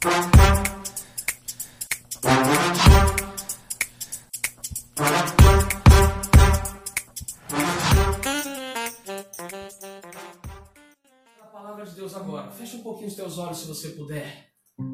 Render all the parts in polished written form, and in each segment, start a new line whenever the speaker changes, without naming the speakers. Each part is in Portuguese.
A palavra de Deus agora. Feche um pouquinho os teus olhos se você puder.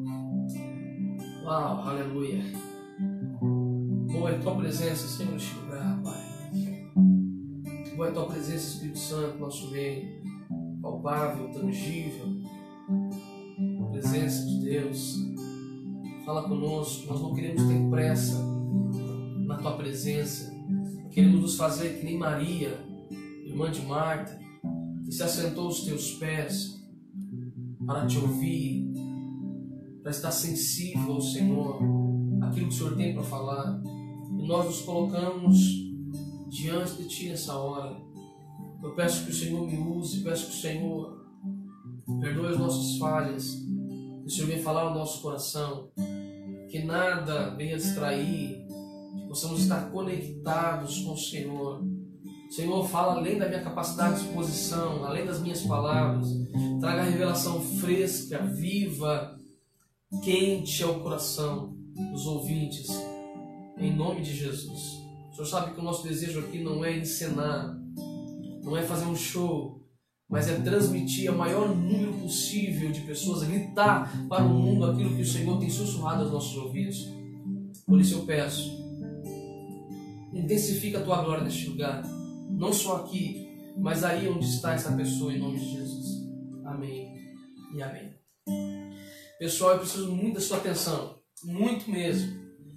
Uau, aleluia. Boa é a tua presença, Senhor, neste lugar, Pai. Boa é a tua presença, Espírito Santo, nosso meio. Palpável, tangível. A presença de Deus. Fala conosco. Nós não queremos ter pressa na tua presença. Queremos nos fazer que nem Maria, irmã de Marta, que se assentou aos teus pés para te ouvir, para estar sensível ao Senhor, aquilo que o Senhor tem para falar. E nós nos colocamos diante de Ti nessa hora. Eu peço que o Senhor me use, peço que o Senhor perdoe as nossas falhas, que o Senhor venha falar ao nosso coração, que nada venha distrair, que possamos estar conectados com o Senhor. Senhor, fala além da minha capacidade de exposição, além das minhas palavras. Traga revelação fresca, viva, quente ao coração dos ouvintes, em nome de Jesus. O Senhor sabe que o nosso desejo aqui não é encenar, não é fazer um show, mas é transmitir ao maior número possível de pessoas, gritar para o mundo aquilo que o Senhor tem sussurrado aos nossos ouvidos. Por isso eu peço, intensifica a Tua glória neste lugar, não só aqui, mas aí onde está essa pessoa, em nome de Jesus. Amém e amém. Pessoal, eu preciso muito da sua atenção, muito mesmo.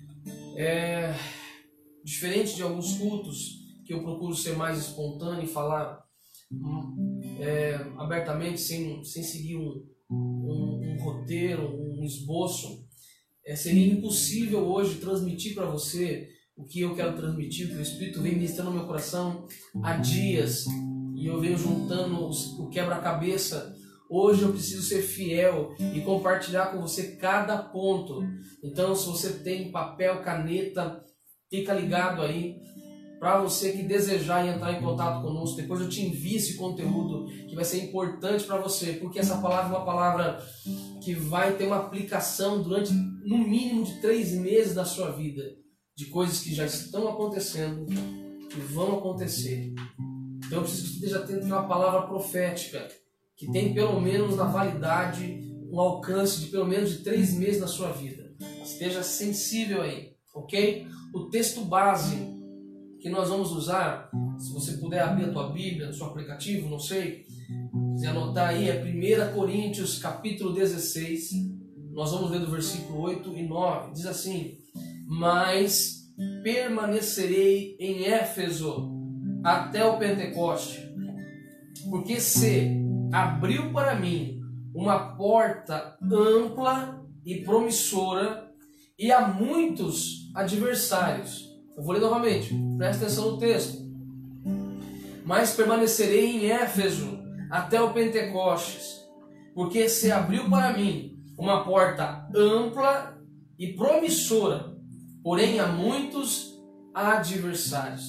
Diferente de alguns cultos que eu procuro ser mais espontâneo e falar abertamente, sem seguir um roteiro, um esboço, seria impossível hoje transmitir para você o que eu quero transmitir, que o Espírito vem ministrando no meu coração há dias, e eu venho juntando o quebra-cabeça. Hoje eu preciso ser fiel e compartilhar com você cada ponto. Então, se você tem papel, caneta, fica ligado aí. Para você que desejar entrar em contato conosco, depois eu te envio esse conteúdo que vai ser importante para você, porque essa palavra é uma palavra que vai ter uma aplicação durante no mínimo de 3 meses da sua vida, de coisas que já estão acontecendo, que vão acontecer. Então eu preciso que você esteja atento, que é uma palavra profética, que tem pelo menos na validade um alcance de pelo menos de 3 meses na sua vida. Esteja sensível aí, ok? O texto base que nós vamos usar, se você puder abrir a tua Bíblia, no seu aplicativo, não sei, se anotar aí, é 1 Coríntios capítulo 16, nós vamos ler do versículo 8 e 9, diz assim: mas permanecerei em Éfeso até o Pentecoste, porque se abriu para mim uma porta ampla e promissora, e há muitos adversários. Eu vou ler novamente, presta atenção no texto. Mas permanecerei em Éfeso até o Pentecostes, porque se abriu para mim uma porta ampla e promissora, porém há muitos adversários.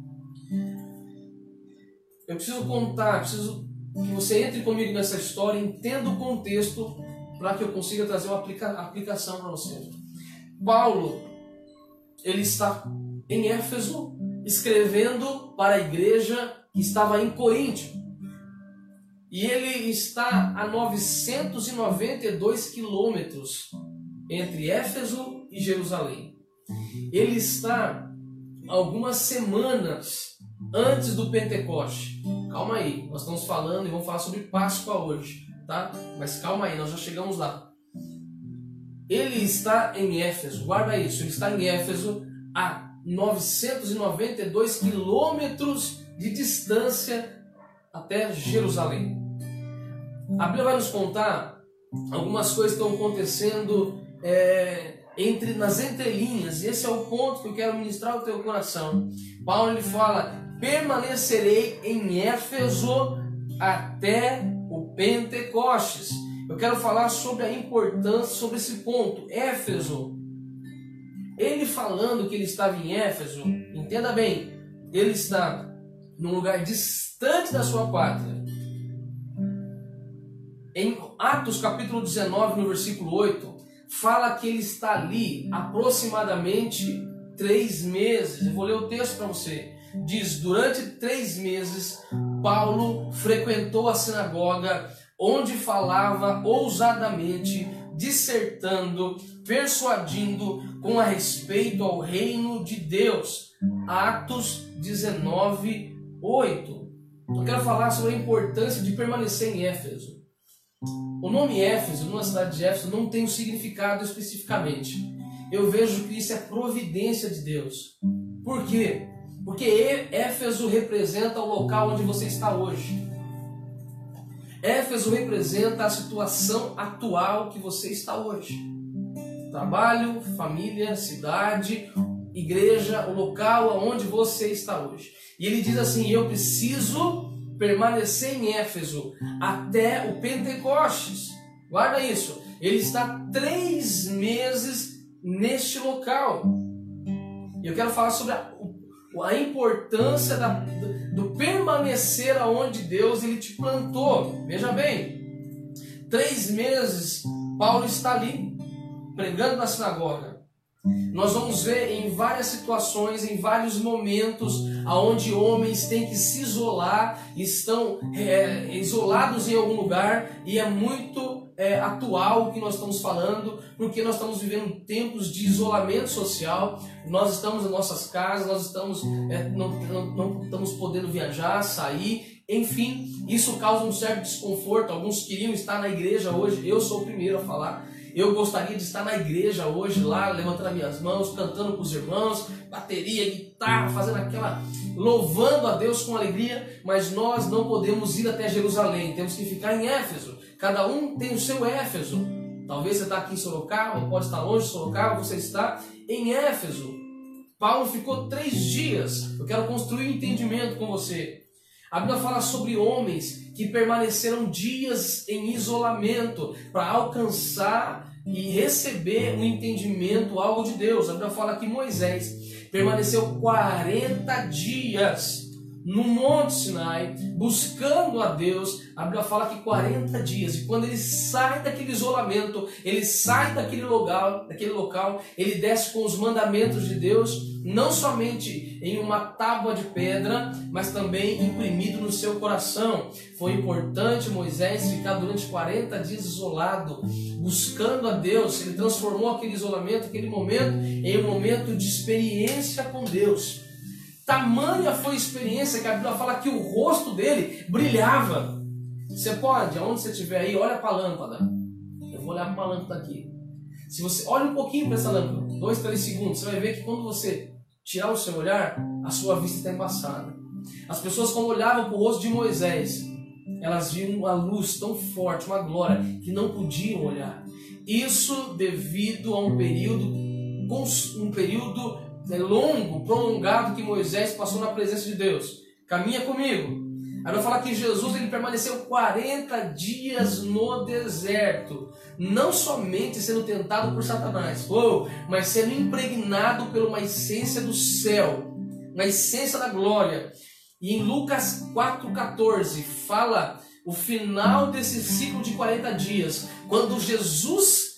Eu preciso preciso que você entre comigo nessa história, entenda o contexto, para que eu consiga trazer uma aplicação para você. Paulo, ele está em Éfeso, escrevendo para a igreja que estava em Coríntio. E ele está a 992 quilômetros entre Éfeso e Jerusalém. Ele está algumas semanas antes do Pentecoste. Calma aí, nós estamos falando e vamos falar sobre Páscoa hoje, tá? Mas calma aí, nós já chegamos lá. Ele está em Éfeso, guarda isso, ele está em Éfeso a 992 quilômetros de distância até Jerusalém. A Bíblia vai nos contar algumas coisas que estão acontecendo nas entrelinhas, e esse é o ponto que eu quero ministrar ao teu coração. Paulo ele fala: permanecerei em Éfeso até o Pentecostes. Eu quero falar sobre a importância, sobre esse ponto. Éfeso, ele falando que ele estava em Éfeso, entenda bem, ele está num lugar distante da sua pátria. Em Atos capítulo 19, no versículo 8, fala que ele está ali aproximadamente 3 meses. Eu vou ler o texto para você. Diz: durante 3 meses, Paulo frequentou a sinagoga, onde falava ousadamente, dissertando, persuadindo com a respeito ao reino de Deus. Atos 19, 8. Eu quero falar sobre a importância de permanecer em Éfeso. O nome Éfeso, numa cidade de Éfeso, não tem um significado especificamente. Eu vejo que isso é providência de Deus. Por quê? Porque Éfeso representa o local onde você está hoje. Éfeso representa a situação atual que você está hoje. Trabalho, família, cidade, igreja, o local onde você está hoje. E ele diz assim: eu preciso permanecer em Éfeso até o Pentecostes. Guarda isso. Ele está 3 meses neste local. E eu quero falar sobre a importância do permanecer aonde Deus ele te plantou. Veja bem, 3 meses Paulo está ali pregando na sinagoga. Nós vamos ver em várias situações, em vários momentos, aonde homens têm que se isolar, estão isolados em algum lugar, e é muito atual o que nós estamos falando, porque nós estamos vivendo tempos de isolamento social. Nós estamos em nossas casas, nós estamos não estamos podendo viajar, sair, enfim, isso causa um certo desconforto. Alguns queriam estar na igreja hoje, eu sou o primeiro a falar. Eu gostaria de estar na igreja hoje, lá, levantando as minhas mãos, cantando com os irmãos, bateria, guitarra, fazendo aquela, louvando a Deus com alegria, mas nós não podemos ir até Jerusalém, temos que ficar em Éfeso. Cada um tem o seu Éfeso. Talvez você está aqui em Sorocaba, pode estar longe de Sorocaba, você está em Éfeso. Paulo ficou 3 dias. Eu quero construir um entendimento com você. A Bíblia fala sobre homens que permaneceram dias em isolamento para alcançar e receber um entendimento, algo de Deus. A Bíblia fala que Moisés permaneceu 40 dias no Monte Sinai, buscando a Deus. A Bíblia fala que 40 dias. E quando ele sai daquele isolamento, ele sai daquele local, ele desce com os mandamentos de Deus, não somente em uma tábua de pedra, mas também imprimido no seu coração. Foi importante Moisés ficar durante 40 dias isolado, buscando a Deus. Ele transformou aquele isolamento, aquele momento, em um momento de experiência com Deus. Tamanha foi a experiência que a Bíblia fala que o rosto dele brilhava. Você pode, aonde você estiver aí, olha para a lâmpada. Eu vou olhar para a lâmpada aqui. Se você olha um pouquinho para essa lâmpada, 2, 3 segundos, você vai ver que quando você tirar o seu olhar, a sua vista está embaçada. As pessoas, quando olhavam para o rosto de Moisés, elas viam uma luz tão forte, uma glória, que não podiam olhar. Isso devido a um período longo, prolongado, que Moisés passou na presença de Deus. Caminha comigo. Aí vai falar que Jesus ele permaneceu 40 dias no deserto, não somente sendo tentado por Satanás, mas sendo impregnado por uma essência do céu, uma essência da glória. E em Lucas 4,14 fala o final desse ciclo de 40 dias, quando Jesus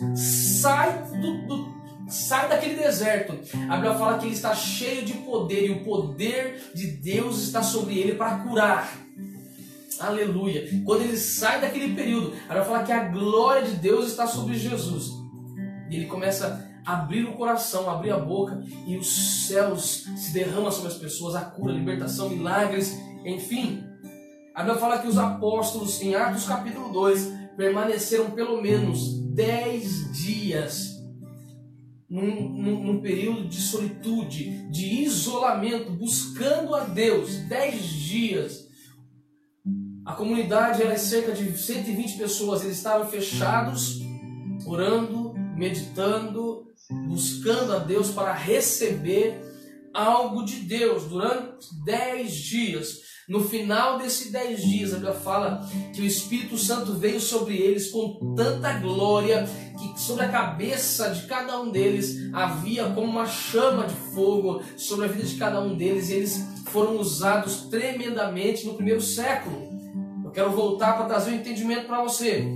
sai daquele deserto. A Bíblia fala que ele está cheio de poder, e o poder de Deus está sobre ele para curar. Aleluia. Quando ele sai daquele período, a Bíblia fala que a glória de Deus está sobre Jesus. E ele começa a abrir o coração, a abrir a boca, e os céus se derramam sobre as pessoas, a cura, a libertação, milagres, enfim. A Bíblia fala que os apóstolos, em Atos capítulo 2, permaneceram pelo menos 10 dias num período de solitude, de isolamento, buscando a Deus. 10 dias. A comunidade era cerca de 120 pessoas. Eles estavam fechados, orando, meditando, buscando a Deus para receber algo de Deus durante 10 dias. No final desses 10 dias, a Bíblia fala que o Espírito Santo veio sobre eles com tanta glória que sobre a cabeça de cada um deles havia como uma chama de fogo sobre a vida de cada um deles, e eles foram usados tremendamente no primeiro século. Eu quero voltar para trazer um entendimento para você.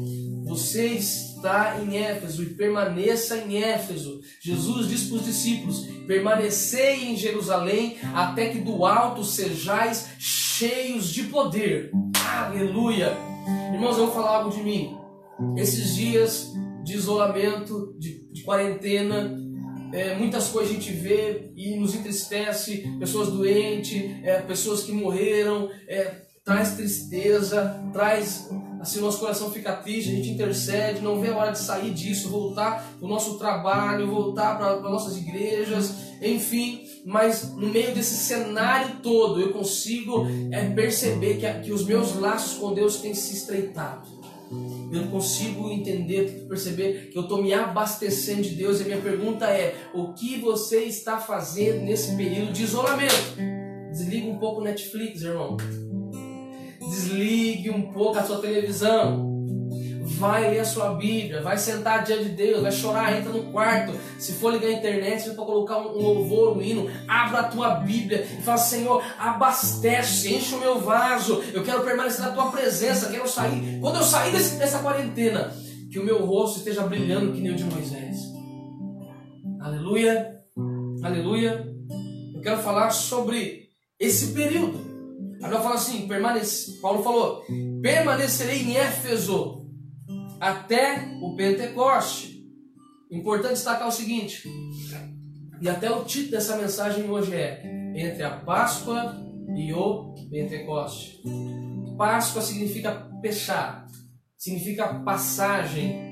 você está em Éfeso e permaneça em Éfeso. Jesus disse para os discípulos: permanecei em Jerusalém até que do alto sejais cheios de poder. Aleluia! Irmãos, eu vou falar algo de mim. Esses dias de isolamento, de quarentena, muitas coisas a gente vê e nos entristece. Pessoas doentes, pessoas que morreram, traz tristeza, traz, assim, nosso coração fica triste, a gente intercede, não vê a hora de sair disso, voltar para o nosso trabalho, voltar para nossas igrejas, enfim. Mas no meio desse cenário todo eu consigo perceber que os meus laços com Deus têm se estreitado. Eu consigo entender, perceber que eu estou me abastecendo de Deus. E a minha pergunta é: o que você está fazendo nesse período de isolamento? Desliga um pouco o Netflix, irmão. Desligue um pouco a sua televisão. Vai ler a sua Bíblia, vai sentar diante de Deus, vai chorar, entra no quarto. Se for ligar a internet, você pode colocar um louvor, um hino. Abra a tua Bíblia e fala: Senhor, abastece, enche o meu vaso. Eu quero permanecer na tua presença, quero sair. Quando eu sair dessa quarentena, que o meu rosto esteja brilhando que nem o de Moisés. Aleluia, aleluia. Eu quero falar sobre esse período. A Bíblia fala assim, Paulo falou: permanecerei em Éfeso até o Pentecoste. Importante destacar o seguinte, e até o título dessa mensagem hoje é: entre a Páscoa e o Pentecoste. Páscoa significa pechá, significa passagem,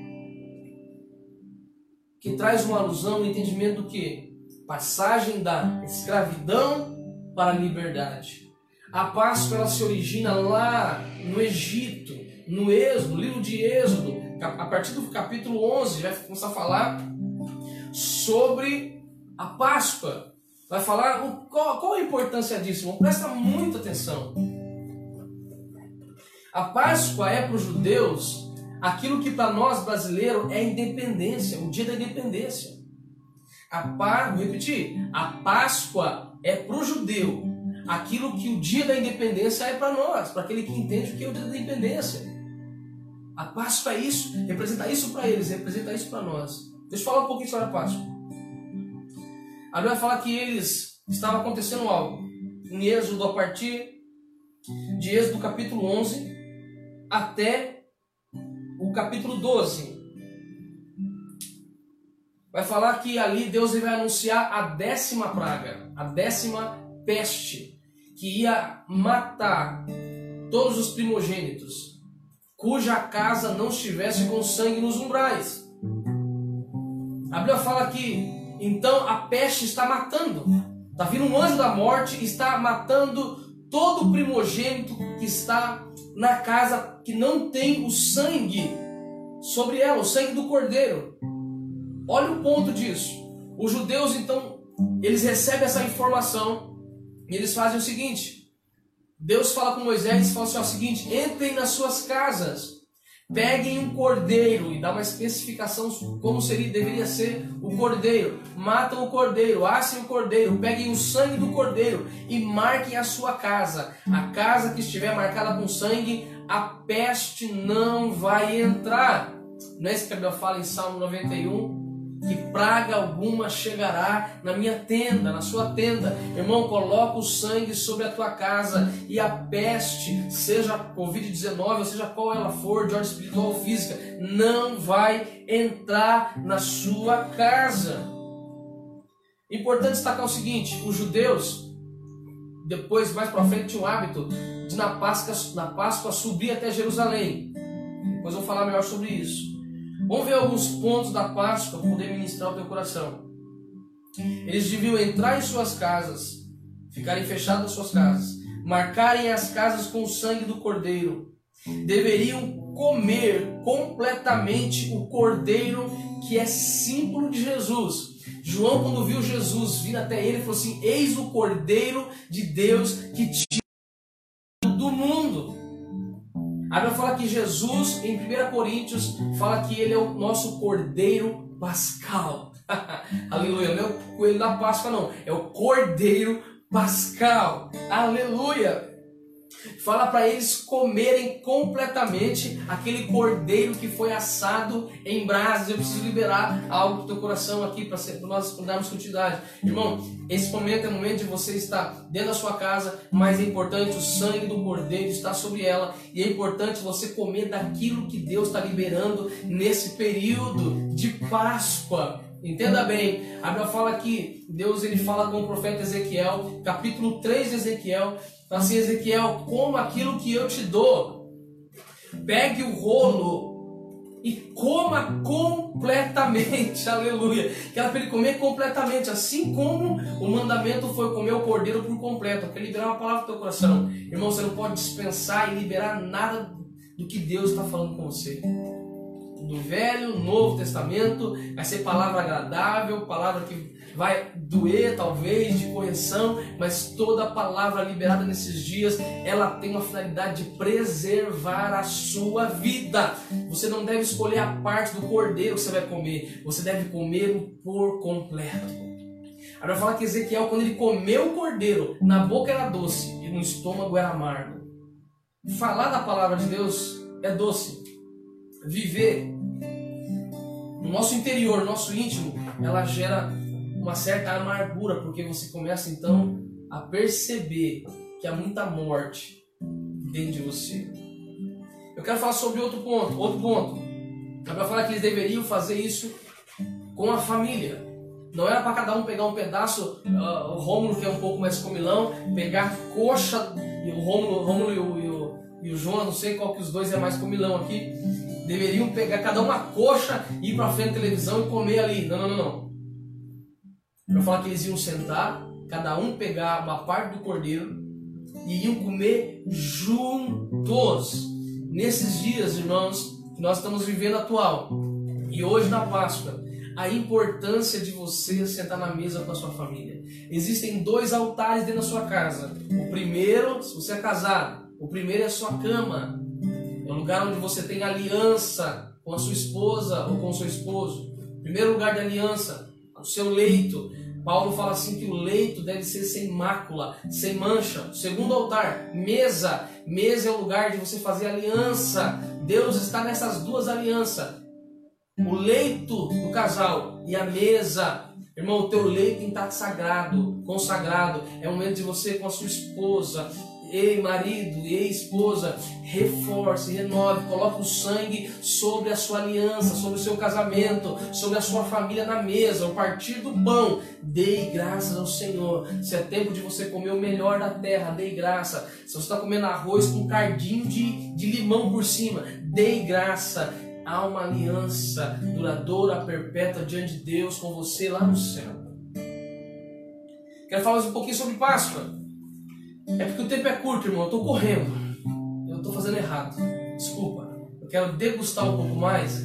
que traz uma alusão no entendimento do que? Passagem da escravidão para a liberdade. A Páscoa ela se origina lá no Egito, no Êxodo, no livro de Êxodo. A partir do capítulo 11 vai começar a falar sobre a Páscoa. Vai falar qual a importância disso. Irmão, presta muita atenção. A Páscoa é para os judeus aquilo que para nós brasileiros é a independência, o dia da independência. Vou repetir, a Páscoa é para o judeu aquilo que o dia da independência é para nós, para aquele que entende o que é o dia da independência. A Páscoa é isso, representa isso para eles, representa isso para nós. Deixa eu falar um pouquinho sobre a Páscoa. A Bíblia vai falar que estava acontecendo algo em Êxodo, a partir de Êxodo capítulo 11 até o capítulo 12. Vai falar que ali Deus vai anunciar a 10ª praga, a 10ª peste, que ia matar todos os primogênitos, cuja casa não estivesse com sangue nos umbrais. A Bíblia fala que então a peste está matando, está vindo um anjo da morte e está matando todo primogênito que está na casa que não tem o sangue sobre ela, o sangue do cordeiro. Olha o ponto disso. Os judeus então, eles recebem essa informação e eles fazem o seguinte: Deus fala com Moisés e fala assim, o seguinte: entrem nas suas casas, peguem um cordeiro, e dá uma especificação como deveria ser o cordeiro. Matam o cordeiro, assem o cordeiro, peguem o sangue do cordeiro e marquem a sua casa. A casa que estiver marcada com sangue, a peste não vai entrar. Não é isso que a Bíblia fala em Salmo 91? Que praga alguma chegará na minha tenda, na sua tenda. Irmão, coloca o sangue sobre a tua casa e a peste, seja Covid-19, ou seja qual ela for, de ordem espiritual ou física, não vai entrar na sua casa. Importante destacar o seguinte: os judeus, depois mais para frente, tinham o hábito de na Páscoa subir até Jerusalém. Depois eu vou falar melhor sobre isso. Vamos ver alguns pontos da Páscoa para poder ministrar o teu coração. Eles deviam entrar em suas casas, ficarem fechados nas suas casas, marcarem as casas com o sangue do cordeiro. Deveriam comer completamente o cordeiro, que é símbolo de Jesus. João, quando viu Jesus vir até ele, falou assim: eis o cordeiro de Deus que tira do mundo. A Bíblia fala que Jesus, em 1 Coríntios, fala que ele é o nosso cordeiro pascal. Aleluia, não é o coelho da Páscoa não, é o cordeiro pascal. Aleluia. Fala para eles comerem completamente aquele cordeiro que foi assado em brasas. Eu preciso liberar algo do teu coração aqui para nós darmos continuidade. Irmão, esse momento é o momento de você estar dentro da sua casa, mas é importante o sangue do cordeiro estar sobre ela. E é importante você comer daquilo que Deus está liberando nesse período de Páscoa. Entenda bem, a Bíblia fala que Deus ele fala com o profeta Ezequiel, capítulo 3 de Ezequiel, assim, Ezequiel, coma aquilo que eu te dou, pegue o rolo e coma completamente, aleluia, que era para ele comer completamente, assim como o mandamento foi comer o cordeiro por completo. Eu quero liberar uma palavra do teu coração, irmão, você não pode dispensar e liberar nada do que Deus está falando com você. Do Velho, Novo Testamento, vai ser palavra agradável, palavra que vai doer talvez, de correção, mas toda palavra liberada nesses dias, ela tem uma finalidade de preservar a sua vida. Você não deve escolher a parte do cordeiro que você vai comer, você deve comê-lo por completo. A Bíblia fala que Ezequiel, quando ele comeu o cordeiro, na boca era doce e no estômago era amargo. Falar da palavra de Deus é doce. Viver no nosso interior, no nosso íntimo, ela gera uma certa amargura, porque você começa então a perceber que há muita morte dentro de você. Eu quero falar sobre outro ponto. A Bíblia fala que eles deveriam fazer isso com a família. Não era para cada um pegar um pedaço, o Rômulo, que é um pouco mais comilão, pegar a coxa, e o Rômulo e o João, não sei qual que os dois é mais comilão aqui, deveriam pegar cada uma coxa, ir para frente da televisão e comer ali. Não. Eu vou falar que eles iam sentar, cada um pegar uma parte do cordeiro e iam comer juntos. Nesses dias, irmãos, que nós estamos vivendo atual, e hoje na Páscoa, a importância de você sentar na mesa com a sua família. Existem 2 altares dentro da sua casa. O primeiro, se você é casado, o primeiro é a sua cama. É o lugar onde você tem aliança com a sua esposa ou com o seu esposo. Primeiro lugar de aliança, o seu leito. Paulo fala assim que o leito deve ser sem mácula, sem mancha. O segundo altar, mesa. Mesa é o lugar de você fazer aliança. Deus está nessas 2 alianças. O leito do casal e a mesa. Irmão, o teu leito tem que estar sagrado, consagrado. É o momento de você com a sua esposa. Ei, marido, ei, esposa, reforce, renove, coloque o sangue sobre a sua aliança, sobre o seu casamento, sobre a sua família na mesa, ao partir do pão. Dê graças ao Senhor. Se é tempo de você comer o melhor da terra, dê graça. Se você está comendo arroz com um cardinho de limão por cima, dê graça. Há uma aliança duradoura, perpétua diante de Deus com você lá no céu. Quero falar mais um pouquinho sobre Páscoa. É porque o tempo é curto, irmão. Eu estou correndo. Eu estou fazendo errado. Desculpa. Eu quero degustar um pouco mais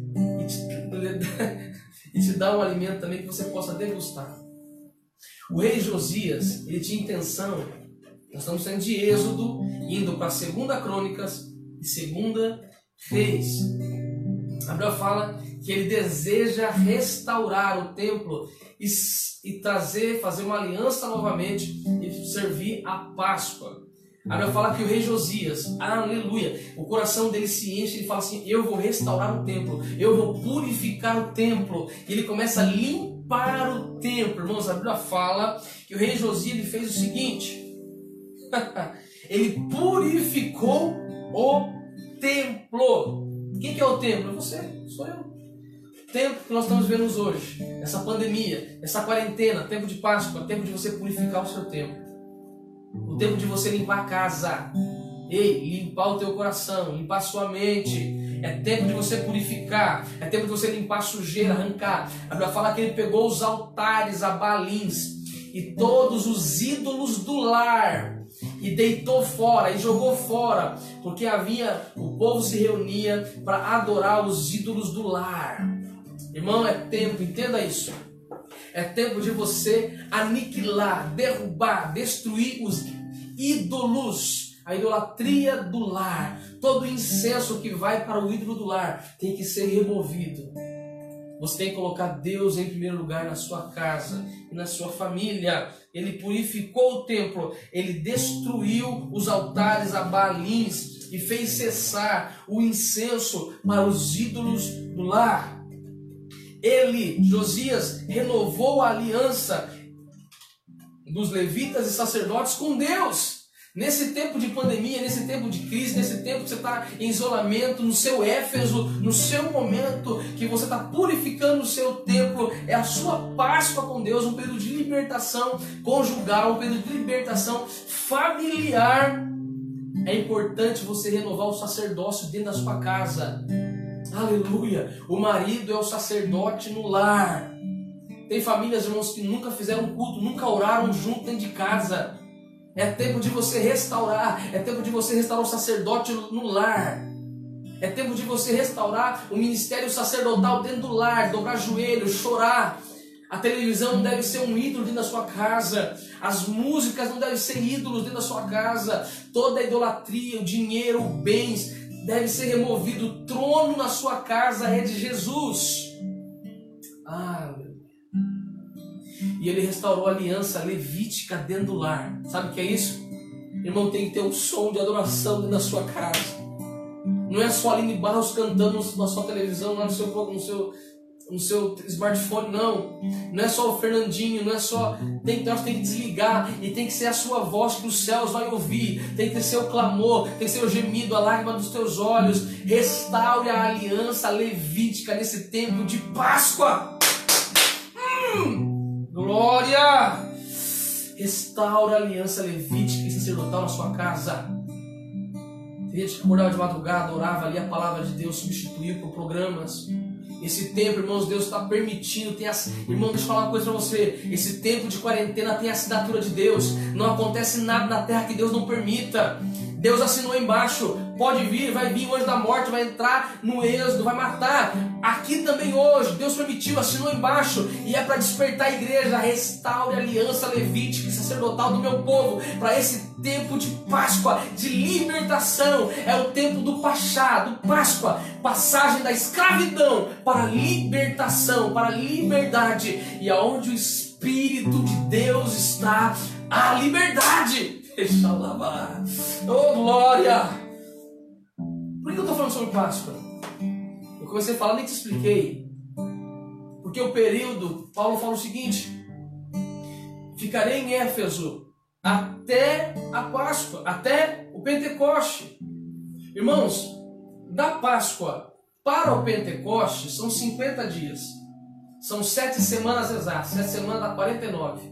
e te dar um alimento também que você possa degustar. O rei Josias, ele tinha intenção. Nós estamos saindo de Êxodo, indo para 2 Crônicas e 2 Reis. A Bíblia fala que ele deseja restaurar o templo e fazer uma aliança novamente e servir a Páscoa. A Bíblia fala que o rei Josias, aleluia, o coração dele se enche, ele fala assim, eu vou restaurar o templo, eu vou purificar o templo. E ele começa a limpar o templo. Irmãos, a Bíblia fala que o rei Josias ele fez o seguinte, ele purificou o templo. Quem que é o templo? É você, sou eu. O tempo que nós estamos vivendo hoje, essa pandemia, essa quarentena, tempo de Páscoa, tempo de você purificar o seu tempo. O tempo de você limpar a casa. Ei, limpar o teu coração, limpar a sua mente. É tempo de você purificar. É tempo de você limpar a sujeira, arrancar. A Bíblia fala que ele pegou os altares a Balins e todos os ídolos do lar e deitou fora e jogou fora, porque o povo se reunia para adorar os ídolos do lar. Irmão, é tempo, entenda isso. É tempo de você aniquilar, derrubar, destruir os ídolos, a idolatria do lar. Todo incenso que vai para o ídolo do lar tem que ser removido. Você tem que colocar Deus em primeiro lugar na sua casa e na sua família. Ele purificou o templo, ele destruiu os altares a Baalins e fez cessar o incenso para os ídolos do lar. Ele, Josias, renovou a aliança dos levitas e sacerdotes com Deus. Nesse tempo de pandemia, nesse tempo de crise, nesse tempo que você está em isolamento, no seu Éfeso, no seu momento que você está purificando o seu templo, é a sua Páscoa com Deus, um período de libertação conjugal, um período de libertação familiar. É importante você renovar o sacerdócio dentro da sua casa. Aleluia! O marido é o sacerdote no lar. Tem famílias, irmãos, que nunca fizeram culto, nunca oraram junto dentro de casa. É tempo de você restaurar. É tempo de você restaurar o sacerdote no lar. É tempo de você restaurar o ministério sacerdotal dentro do lar. Dobrar joelhos, chorar. A televisão não deve ser um ídolo dentro da sua casa. As músicas não devem ser ídolos dentro da sua casa. Toda a idolatria, o dinheiro, os bens deve ser removido. O trono na sua casa é de Jesus. E ele restaurou a aliança levítica dentro do lar. Sabe o que é isso? Irmão, tem que ter um som de adoração dentro da sua casa. Não é só a Aline Barros cantando na sua televisão, lá no seu smartphone, não. Não é só o Fernandinho, não é só... Tem que desligar e tem que ser a sua voz que os céus vai ouvir. Tem que ser o clamor, tem que ser o gemido, a lágrima dos teus olhos. Restaure a aliança levítica nesse tempo de Páscoa. Glória! Restaura a aliança levítica e sacerdotal na sua casa. Tem gente que acordava de madrugada, orava ali a palavra de Deus, substituiu por programas. Esse tempo, irmãos, Deus está permitindo. Irmão, deixa eu falar uma coisa para você. Esse tempo de quarentena tem a assinatura de Deus. Não acontece nada na terra que Deus não permita. Deus assinou embaixo. Pode vir, vai vir o anjo da morte, vai entrar no êxodo, vai matar. Aqui também hoje, Deus permitiu, assinou embaixo. E é para despertar a igreja. Restaure a aliança levítica e sacerdotal do meu povo. Para esse tempo de Páscoa, de libertação. É o tempo do Pachá, do Páscoa. Passagem da escravidão para a libertação, para a liberdade. E aonde o Espírito de Deus está, a liberdade. Deixa eu lavar. Oh, glória! Por que eu estou falando sobre Páscoa? Eu comecei a falar, nem te expliquei. Porque o período, Paulo fala o seguinte: ficarei em Éfeso até a Páscoa, até o Pentecoste. Irmãos, da Páscoa para o Pentecoste são 50 dias. São 7 semanas exatas. 7 semanas dá 49.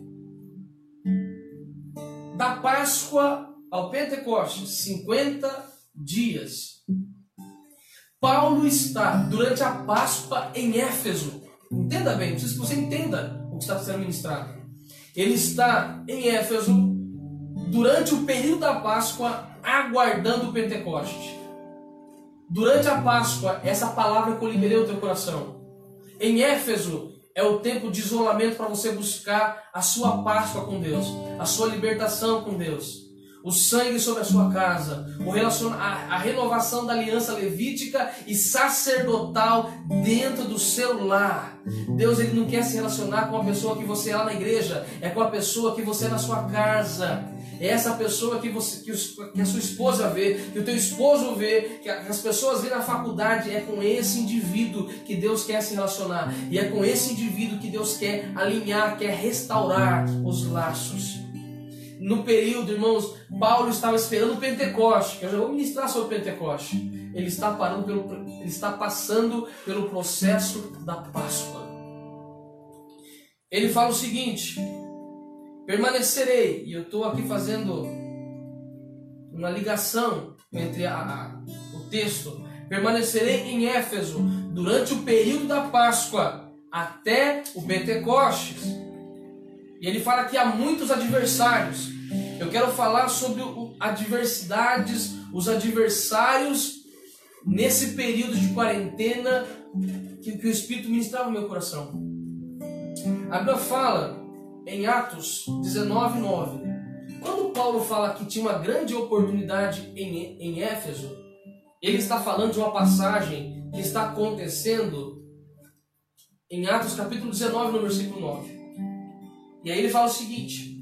Da Páscoa ao Pentecoste, 50 dias. Paulo está, durante a Páscoa, em Éfeso. Entenda bem, preciso que você entenda o que está sendo ministrado. Ele está em Éfeso, durante o período da Páscoa, aguardando o Pentecoste. Durante a Páscoa, essa palavra que eu liberei no teu coração. Em Éfeso, é o tempo de isolamento para você buscar a sua Páscoa com Deus, a sua libertação com Deus. O sangue sobre a sua casa, a renovação da aliança levítica e sacerdotal dentro do seu lar. Deus, ele não quer se relacionar com a pessoa que você é lá na igreja, é com a pessoa que você é na sua casa. É essa pessoa que a sua esposa vê, que o teu esposo vê, que as pessoas vê na faculdade. É com esse indivíduo que Deus quer se relacionar. E é com esse indivíduo que Deus quer alinhar, quer restaurar os laços. No período, irmãos, Paulo estava esperando o Pentecoste, que eu já vou ministrar sobre o Pentecoste. Ele está passando pelo processo da Páscoa. Ele fala o seguinte: permanecerei, e eu estou aqui fazendo uma ligação entre o texto. Permanecerei em Éfeso durante o período da Páscoa até o Pentecostes. E ele fala que há muitos adversários. Eu quero falar sobre adversidades, os adversários nesse período de quarentena que o Espírito ministrava no meu coração. A Bíblia fala em Atos 19:9. Quando Paulo fala que tinha uma grande oportunidade em Éfeso, ele está falando de uma passagem que está acontecendo em Atos capítulo 19, no versículo 9. E aí ele fala o seguinte: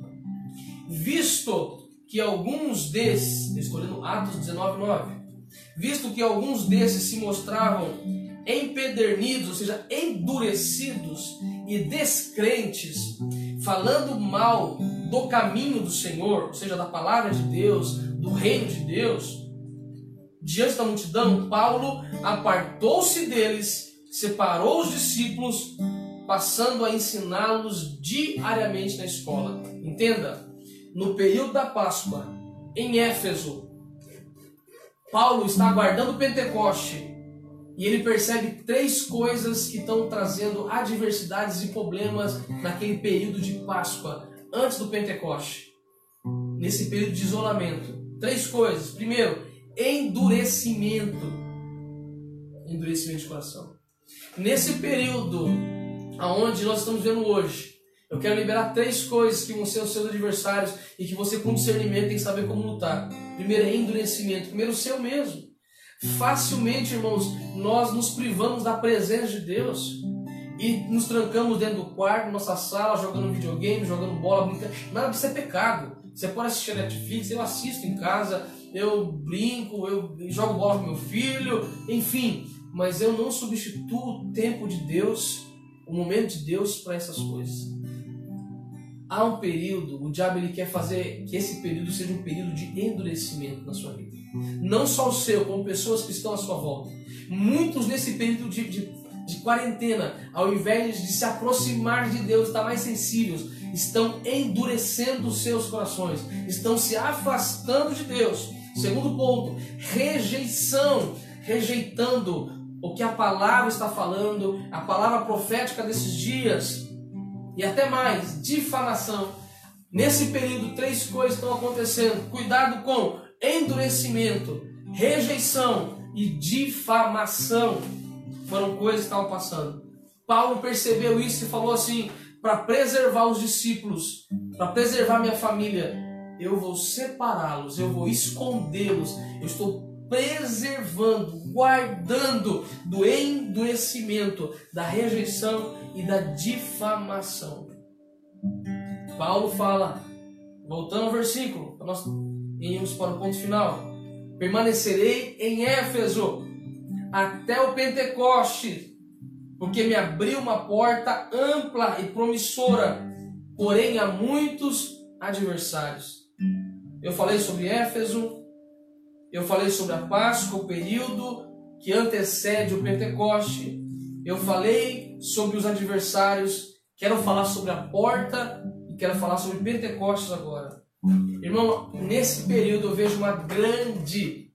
visto que alguns desses, escolhendo Atos 19, 9, visto que alguns desses se mostravam empedernidos, ou seja, endurecidos e descrentes, falando mal do caminho do Senhor, ou seja, da palavra de Deus, do reino de Deus, diante da multidão, Paulo apartou-se deles, separou os discípulos, passando a ensiná-los diariamente na escola. Entenda, no período da Páscoa, em Éfeso, Paulo está aguardando o Pentecoste e ele percebe 3 coisas que estão trazendo adversidades e problemas naquele período de Páscoa, antes do Pentecoste, nesse período de isolamento. 3 coisas. Primeiro, endurecimento de coração. Nesse período aonde nós estamos vendo hoje, eu quero liberar 3 coisas que vão ser os seus adversários e que você, com discernimento, tem que saber como lutar. Primeiro é endurecimento. Primeiro, o seu mesmo. Facilmente, irmãos, nós nos privamos da presença de Deus e nos trancamos dentro do quarto, nossa sala, jogando videogame, jogando bola, brincando. Nada disso é pecado. Você pode assistir Netflix, eu assisto em casa, eu brinco, eu jogo bola com meu filho, enfim. Mas eu não substituo o tempo de Deus, o momento de Deus, para essas coisas. Há um período, o diabo ele quer fazer que esse período seja um período de endurecimento na sua vida. Não só o seu, como pessoas que estão à sua volta. Muitos nesse período de quarentena, ao invés de se aproximar de Deus, estar mais sensíveis, estão endurecendo os seus corações, estão se afastando de Deus. Segundo ponto, rejeição, rejeitando o que a palavra está falando, a palavra profética desses dias. E até mais, difamação. Nesse período, 3 coisas estão acontecendo. Cuidado com endurecimento, rejeição e difamação. Foram coisas que estavam passando. Paulo percebeu isso e falou assim: para preservar os discípulos, para preservar minha família, eu vou separá-los, eu vou escondê-los, eu estou preservando, guardando do endurecimento, da rejeição e da difamação. Paulo fala, voltando ao versículo, nós irmos para o ponto final: permanecerei em Éfeso até o Pentecoste, porque me abriu uma porta ampla e promissora, porém há muitos adversários. Eu falei sobre Éfeso, eu falei sobre a Páscoa, o período que antecede o Pentecoste. Eu falei sobre os adversários. Quero falar sobre a porta e quero falar sobre Pentecostes agora. Irmão, nesse período eu vejo uma grande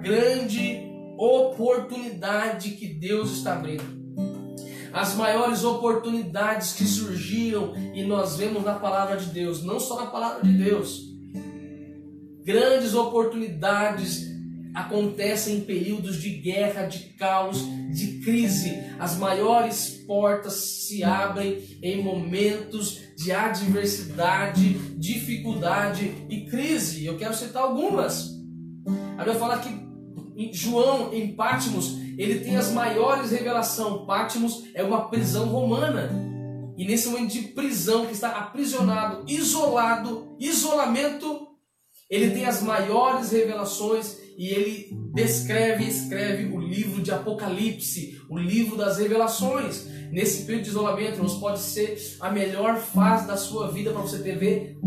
oportunidade que Deus está abrindo. As maiores oportunidades que surgiram e nós vemos na palavra de Deus, não só na palavra de Deus. Grandes oportunidades acontecem em períodos de guerra, de caos, de crise. As maiores portas se abrem em momentos de adversidade, dificuldade e crise. Eu quero citar algumas. A Bíblia fala que João, em Patmos, ele tem as maiores revelações. Patmos é uma prisão romana. E nesse momento de prisão, que está aprisionado, isolamento, ele tem as maiores revelações e ele descreve e escreve o livro de Apocalipse, o livro das revelações. Nesse período de isolamento, irmãos, pode ser a melhor fase da sua vida para você ter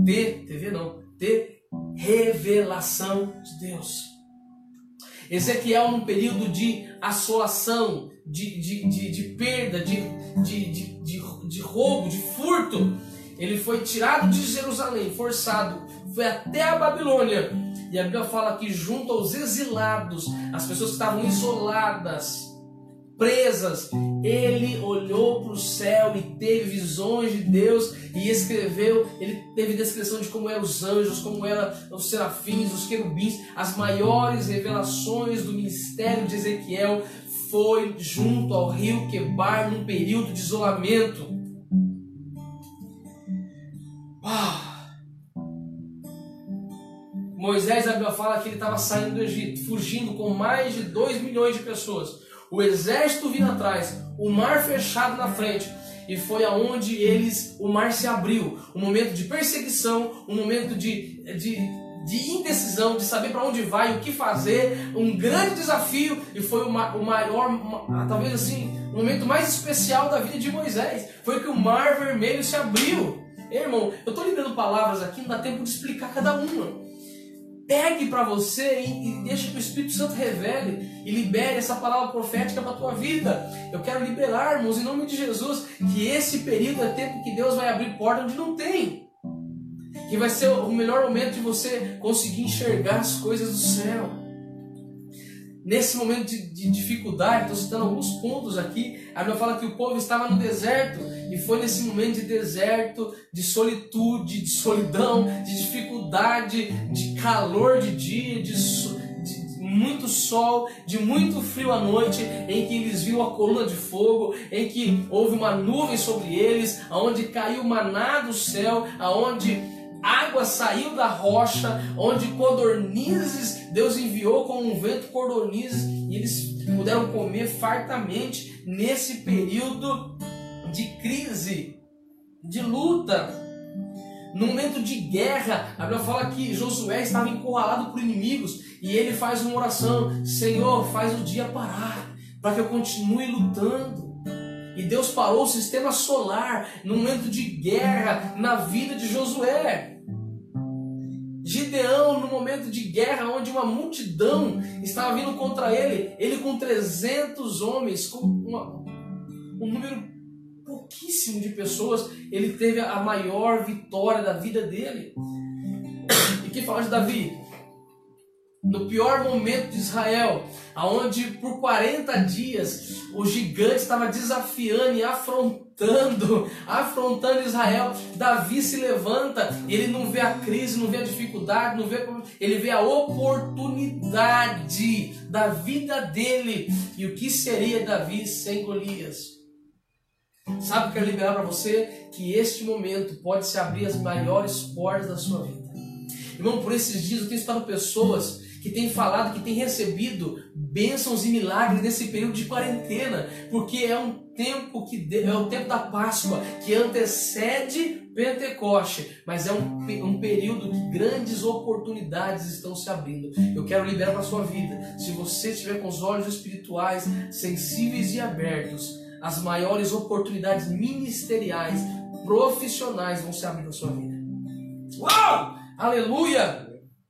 revelação de Deus. Ezequiel, num período de assolação, de perda, de roubo, de furto, ele foi tirado de Jerusalém, forçado, foi até a Babilônia. E a Bíblia fala que junto aos exilados, as pessoas que estavam isoladas, presas, ele olhou para o céu e teve visões de Deus e escreveu. Ele teve descrição de como eram os anjos, como eram os serafins, os querubins. As maiores revelações do ministério de Ezequiel foi junto ao rio Quebar, num período de isolamento. Moisés, a Bíblia fala que ele estava saindo do Egito, fugindo com mais de 2 milhões de pessoas. o exército vindo atrás, o mar fechado na frente. E foi aonde o mar se abriu. Um momento de perseguição, um momento de indecisão, de saber para onde vai, o que fazer, um grande desafio. E foi o maior, talvez assim, o momento mais especial da vida de Moisés. Foi que o mar vermelho se abriu. Irmão, eu estou liberando palavras aqui, não dá tempo de explicar cada uma. Pegue para você e deixe que o Espírito Santo revele e libere essa palavra profética para a tua vida. Eu quero liberar, irmãos, em nome de Jesus, que esse período é tempo que Deus vai abrir porta onde não tem. Que vai ser o melhor momento de você conseguir enxergar as coisas do céu. Nesse momento de dificuldade, estou citando alguns pontos aqui, a Bíblia fala que o povo estava no deserto, e foi nesse momento de deserto, de solitude, de solidão, de dificuldade, de calor de dia, de muito sol, de muito frio à noite, em que eles viram a coluna de fogo, em que houve uma nuvem sobre eles, aonde caiu maná do céu, aonde água saiu da rocha, onde codornizes, Deus enviou com um vento codornizes, e eles puderam comer fartamente nesse período de crise, de luta. No momento de guerra, a Bíblia fala que Josué estava encurralado por inimigos, e ele faz uma oração: Senhor, faz o dia parar, para que eu continue lutando. E Deus parou o sistema solar no momento de guerra na vida de Josué. Gideão, no momento de guerra, onde uma multidão estava vindo contra ele com 300 homens, com um número pouquíssimo de pessoas, ele teve a maior vitória da vida dele. E que fala de Davi? No pior momento de Israel, aonde por 40 dias o gigante estava desafiando e afrontando Israel, Davi se levanta e ele não vê a crise, não vê a dificuldade, ele vê a oportunidade da vida dele. E o que seria Davi sem Golias? Sabe o que eu quero liberar para você? Que este momento pode se abrir as maiores portas da sua vida. Irmão, por esses dias eu tenho estado pessoas que têm falado, que têm recebido bênçãos e milagres nesse período de quarentena, porque é um tempo é o tempo da Páscoa, que antecede Pentecoste, mas é um período que grandes oportunidades estão se abrindo. Eu quero liberar para a sua vida. Se você estiver com os olhos espirituais sensíveis e abertos, as maiores oportunidades ministeriais, profissionais vão se abrir na sua vida. Uau! Aleluia!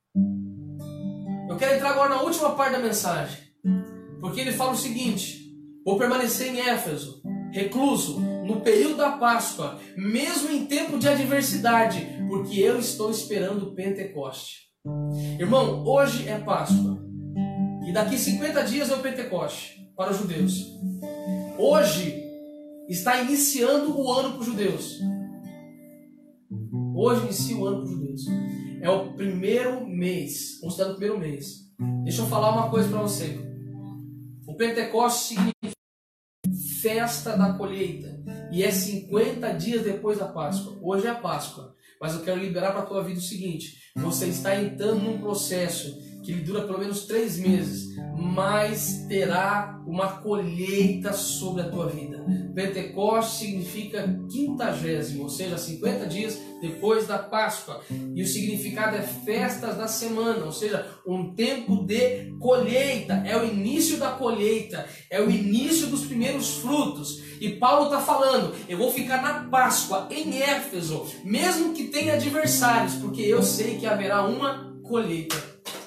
Eu quero entrar agora na última parte da mensagem, porque ele fala o seguinte: vou permanecer em Éfeso, recluso, no período da Páscoa, mesmo em tempo de adversidade, porque eu estou esperando o Pentecoste. Irmão, hoje é Páscoa, e daqui 50 dias é o Pentecoste para os judeus. Hoje está iniciando o ano para os judeus. Hoje inicia o ano para os judeus. É o primeiro mês, considerado o primeiro mês. Deixa eu falar uma coisa para você. O Pentecoste significa festa da colheita. E é 50 dias depois da Páscoa. Hoje é a Páscoa. Mas eu quero liberar para a tua vida o seguinte: você está entrando num processo que dura pelo menos 3 meses, mas terá uma colheita sobre a tua vida. Pentecoste significa 50º, ou seja, 50 dias depois da Páscoa. E o significado é festas da semana, ou seja, um tempo de colheita. É o início da colheita, é o início dos primeiros frutos. E Paulo está falando: eu vou ficar na Páscoa em Éfeso, mesmo que tenha adversários, porque eu sei que haverá uma colheita.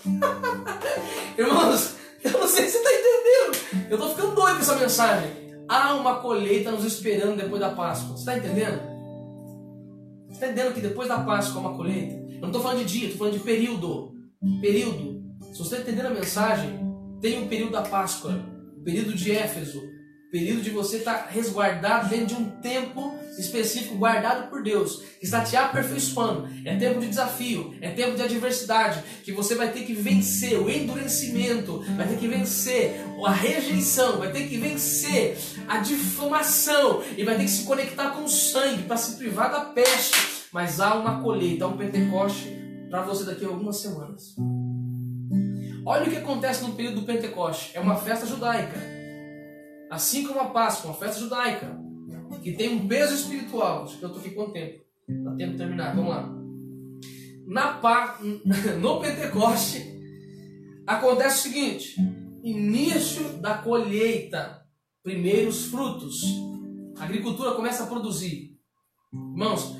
Irmãos, eu não sei se você está entendendo. Eu estou ficando doido com essa mensagem. Há uma colheita nos esperando depois da Páscoa. Você está entendendo? Você está entendendo que depois da Páscoa há uma colheita? Eu não estou falando de dia, estou falando de período. Período. Se você está entendendo a mensagem, tem o período da Páscoa, o período de Éfeso, o período de você estar resguardado dentro de um tempo específico, guardado por Deus, que está te aperfeiçoando. É tempo de desafio, é tempo de adversidade, que você vai ter que vencer o endurecimento, vai ter que vencer a rejeição, vai ter que vencer a difamação, e vai ter que se conectar com o sangue para se privar da peste. Mas há uma colheita, há um Pentecoste para você daqui a algumas semanas. Olha o que acontece no período do Pentecoste. É uma festa judaica. Assim como a Páscoa, uma festa judaica, que tem um peso espiritual. Acho que eu estou aqui com o tempo. Está tempo de terminar, vamos lá. No Pentecoste, acontece o seguinte: início da colheita, primeiros frutos. A agricultura começa a produzir. Irmãos,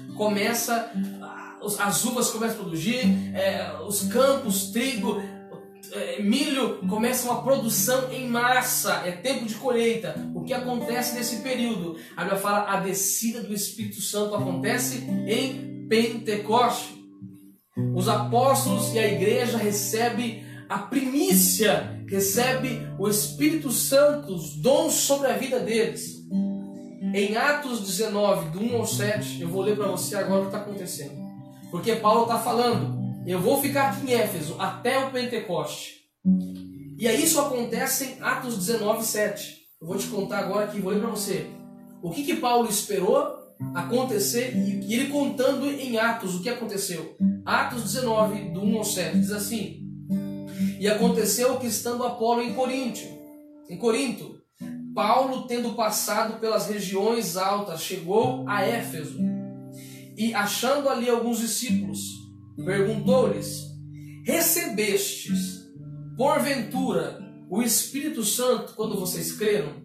as uvas começam a produzir, os campos, trigo, milho, começam a produção em massa. É tempo de colheita. O que acontece nesse período? A Bíblia fala, a descida do Espírito Santo acontece em Pentecoste. Os apóstolos e a igreja recebem a primícia, recebe o Espírito Santo, os dons sobre a vida deles. Em Atos 19, do 1 ao 7, eu vou ler para você agora o que está acontecendo. Porque Paulo está falando, eu vou ficar aqui em Éfeso até o Pentecoste. E aí isso acontece em Atos 19, 7. Eu vou te contar agora aqui, vou ler para você. O que Paulo esperou acontecer e ele contando em Atos o que aconteceu. Atos 19, do 1 ao 7, diz assim: E aconteceu que estando Apolo em Corinto, Paulo, tendo passado pelas regiões altas, chegou a Éfeso. E achando ali alguns discípulos, perguntou-lhes: Recebestes, porventura, o Espírito Santo quando vocês creram?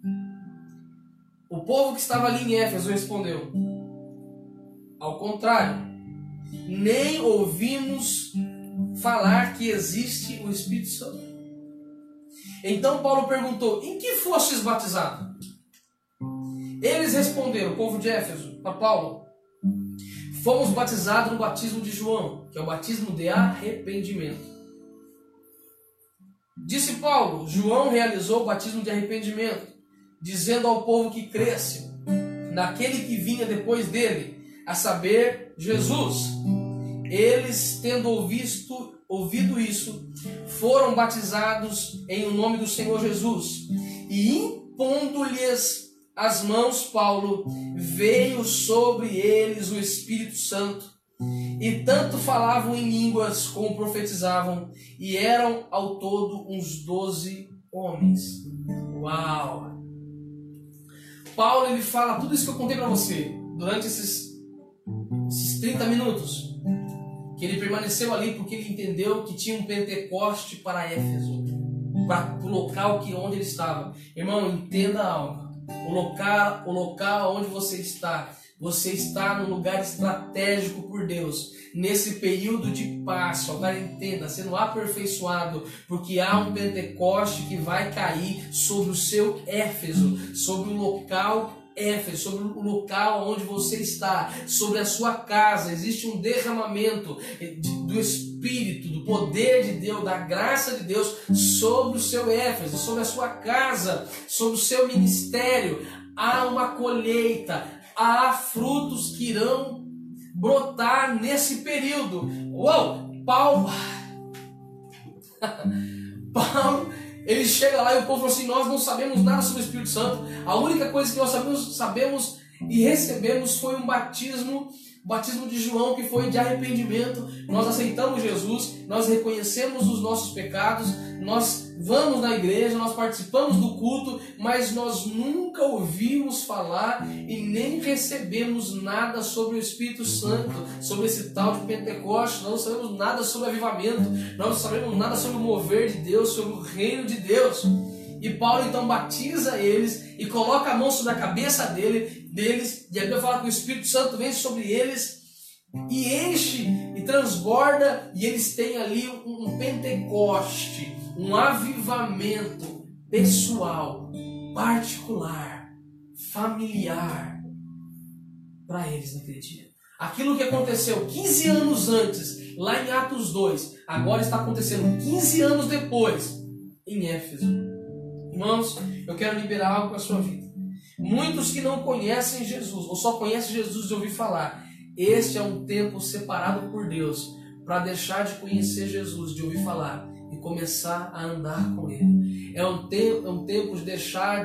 O povo que estava ali em Éfeso respondeu: Ao contrário, nem ouvimos falar que existe o Espírito Santo. Então Paulo perguntou: Em que fostes batizados? Eles responderam, o povo de Éfeso, para Paulo: Fomos batizados no batismo de João, que é o batismo de arrependimento. Disse Paulo: João realizou o batismo de arrependimento, dizendo ao povo que cresce naquele que vinha depois dele, a saber, Jesus. Eles, tendo ouvido isso, foram batizados em o nome do Senhor Jesus. E impondo-lhes as mãos, Paulo, veio sobre eles o Espírito Santo. E tanto falavam em línguas como profetizavam, e eram ao todo uns 12 homens. Uau! Paulo, ele fala tudo isso que eu contei para você durante esses 30 minutos. Que ele permaneceu ali porque ele entendeu que tinha um Pentecoste para Éfeso, para o local onde ele estava. Irmão, entenda algo. O local onde você está num lugar estratégico por Deus. Nesse período de paz, agora entenda, sendo aperfeiçoado, porque há um Pentecoste que vai cair sobre o seu Éfeso, sobre o local Éfeso, sobre o local onde você está, sobre a sua casa. Existe um derramamento do Espírito, do poder de Deus, da graça de Deus sobre o seu Éfeso, sobre a sua casa, sobre o seu ministério. Há uma colheita, há frutos que irão brotar nesse período. Uau! Paulo, ele chega lá e o povo falou assim: nós não sabemos nada sobre o Espírito Santo. A única coisa que nós sabemos e recebemos foi um batismo de João, que foi de arrependimento. Nós aceitamos Jesus, nós reconhecemos os nossos pecados, nós vamos na igreja, nós participamos do culto, mas nós nunca ouvimos falar e nem recebemos nada sobre o Espírito Santo, sobre esse tal de Pentecostes. Nós não sabemos nada sobre avivamento, nós não sabemos nada sobre o mover de Deus, sobre o reino de Deus. E Paulo então batiza eles e coloca a mão sobre a cabeça deles, e a Bíblia fala que o Espírito Santo vem sobre eles e enche e transborda, e eles têm ali um Pentecoste, um avivamento pessoal, particular, familiar para eles naquele dia. Aquilo que aconteceu 15 anos antes, lá em Atos 2, agora está acontecendo 15 anos depois em Éfeso. Irmãos, eu quero liberar algo para a sua vida. Muitos que não conhecem Jesus, ou só conhecem Jesus de ouvir falar, este é um tempo separado por Deus para deixar de conhecer Jesus, de ouvir falar, e começar a andar com Ele. É um tempo de deixar de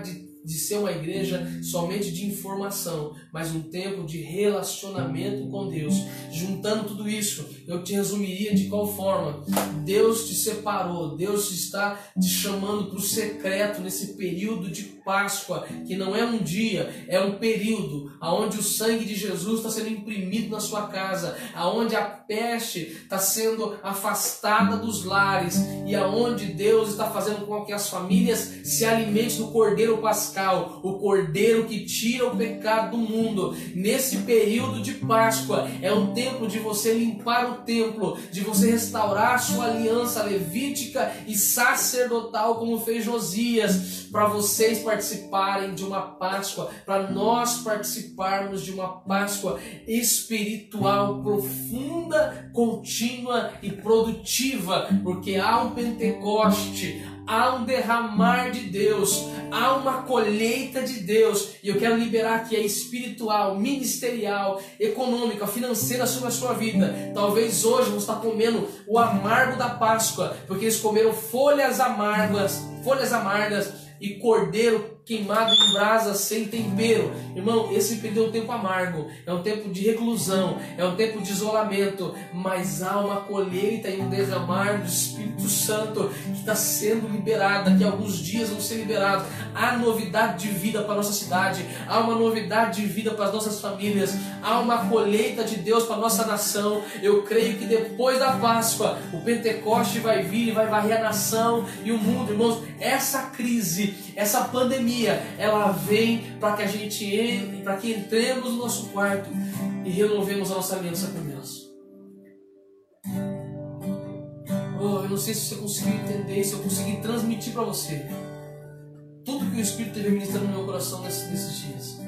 de ser uma igreja somente de informação, mas um tempo de relacionamento com Deus. Juntando tudo isso, eu te resumiria de qual forma: Deus te separou, Deus está te chamando para o secreto nesse período de Páscoa, que não é um dia, é um período onde o sangue de Jesus está sendo imprimido na sua casa, aonde a peste está sendo afastada dos lares e aonde Deus está fazendo com que as famílias se alimentem do Cordeiro Pascal, o Cordeiro que tira o pecado do mundo. Nesse período de Páscoa é um tempo de você limpar o templo, de você restaurar a sua aliança levítica e sacerdotal, como fez Josias, para vocês participarem de uma Páscoa, para nós participarmos de uma Páscoa espiritual profunda, contínua e produtiva, porque há um Pentecoste, há um derramar de Deus, há uma colheita de Deus, e eu quero liberar que é espiritual, ministerial, econômica, financeira sobre a sua vida. Talvez hoje você está comendo o amargo da Páscoa, porque eles comeram folhas amargas e cordeiro queimado em brasa sem tempero. Irmão, esse período é um tempo amargo, é um tempo de reclusão, é um tempo de isolamento, mas há uma colheita e um derramar do Espírito Santo que está sendo liberado. Daqui a alguns dias vão ser liberados. Há novidade de vida para a nossa cidade, há uma novidade de vida para as nossas famílias, há uma colheita de Deus para a nossa nação. Eu creio que depois da Páscoa, o Pentecoste vai vir e vai varrer a nação e o mundo. Irmãos, essa crise, essa pandemia, ela vem para que a gente entre, para que entremos no nosso quarto e renovemos a nossa aliança com Deus. Oh, eu não sei se você conseguiu entender, se eu consegui transmitir para você tudo que o Espírito teve ministrando no meu coração nesses dias.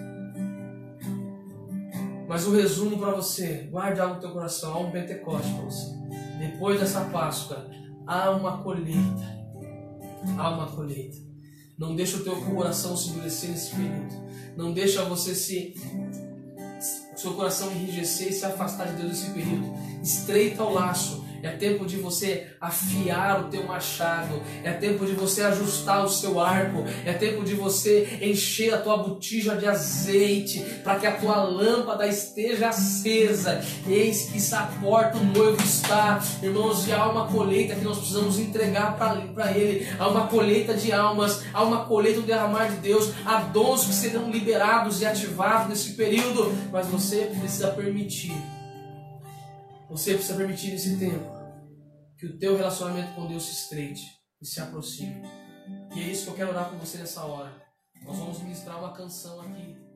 Mas o resumo para você, guarde algo no teu coração, há um Pentecoste para você. Depois dessa Páscoa, há uma colheita. Há uma colheita. Não deixa o teu coração se endurecer nesse período. Não deixa você seu coração enrijecer e se afastar de Deus nesse período. Estreita o laço. É tempo de você afiar o teu machado. É tempo de você ajustar o seu arco. É tempo de você encher a tua botija de azeite, para que a tua lâmpada esteja acesa. Eis que a porta o noivo está. Irmãos, e há uma colheita que nós precisamos entregar para Ele. Há uma colheita de almas. Há uma colheita do derramar de Deus. Há dons que serão liberados e ativados nesse período. Mas você precisa permitir. Você precisa permitir nesse tempo que o teu relacionamento com Deus se estreite e se aproxime. E é isso que eu quero orar com você nessa hora. Nós vamos ministrar uma canção aqui.